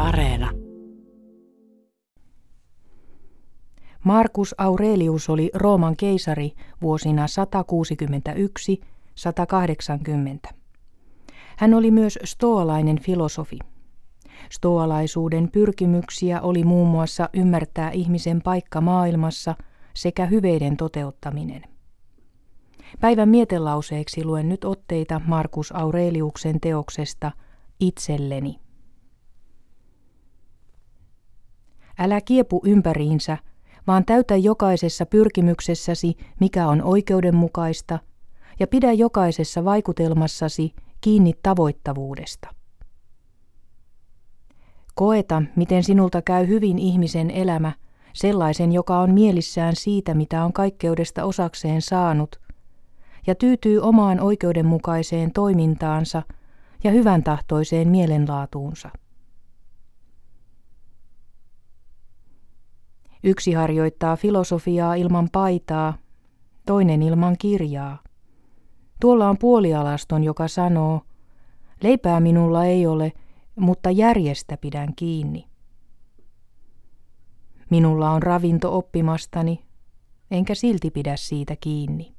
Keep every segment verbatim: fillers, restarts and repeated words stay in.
Areena. Marcus Aurelius oli Rooman keisari vuosina sata kuusikymmentäyksi - sata kahdeksankymmentä. Hän oli myös stoalainen filosofi. Stoalaisuuden pyrkimyksiä oli muun muassa ymmärtää ihmisen paikka maailmassa sekä hyveiden toteuttaminen. Päivän mietelauseeksi luen nyt otteita Marcus Aureliuksen teoksesta Itselleni. Älä kiepu ympäriinsä, vaan täytä jokaisessa pyrkimyksessäsi, mikä on oikeudenmukaista, ja pidä jokaisessa vaikutelmassasi kiinni tavoittavuudesta. Koeta, miten sinulta käy hyvin ihmisen elämä, sellaisen, joka on mielissään siitä, mitä on kaikkeudesta osakseen saanut, ja tyytyy omaan oikeudenmukaiseen toimintaansa ja hyvän tahtoiseen mielenlaatuunsa. Yksi harjoittaa filosofiaa ilman paitaa, toinen ilman kirjaa. Tuolla on puolialaston, joka sanoo, leipää minulla ei ole, mutta järjestä pidän kiinni. Minulla on ravinto oppimastani, enkä silti pidä siitä kiinni.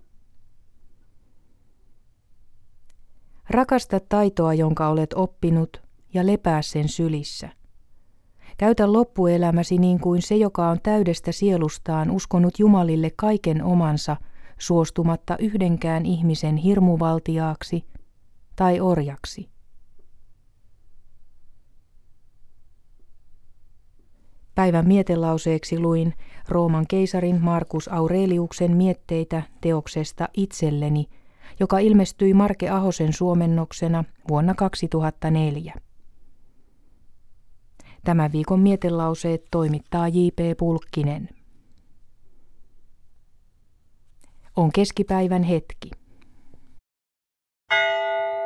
Rakasta taitoa, jonka olet oppinut, ja lepää sen sylissä. Käytä loppuelämäsi niin kuin se, joka on täydestä sielustaan uskonut Jumalille kaiken omansa, suostumatta yhdenkään ihmisen hirmuvaltiaaksi tai orjaksi. Päivän mietelauseeksi luin Rooman keisarin Marcus Aureliuksen mietteitä teoksesta Itselleni, joka ilmestyi Marke Ahosen suomennoksena vuonna kaksituhattaneljä. Tämän viikon mietelauseet toimittaa J P Pulkkinen. On keskipäivän hetki.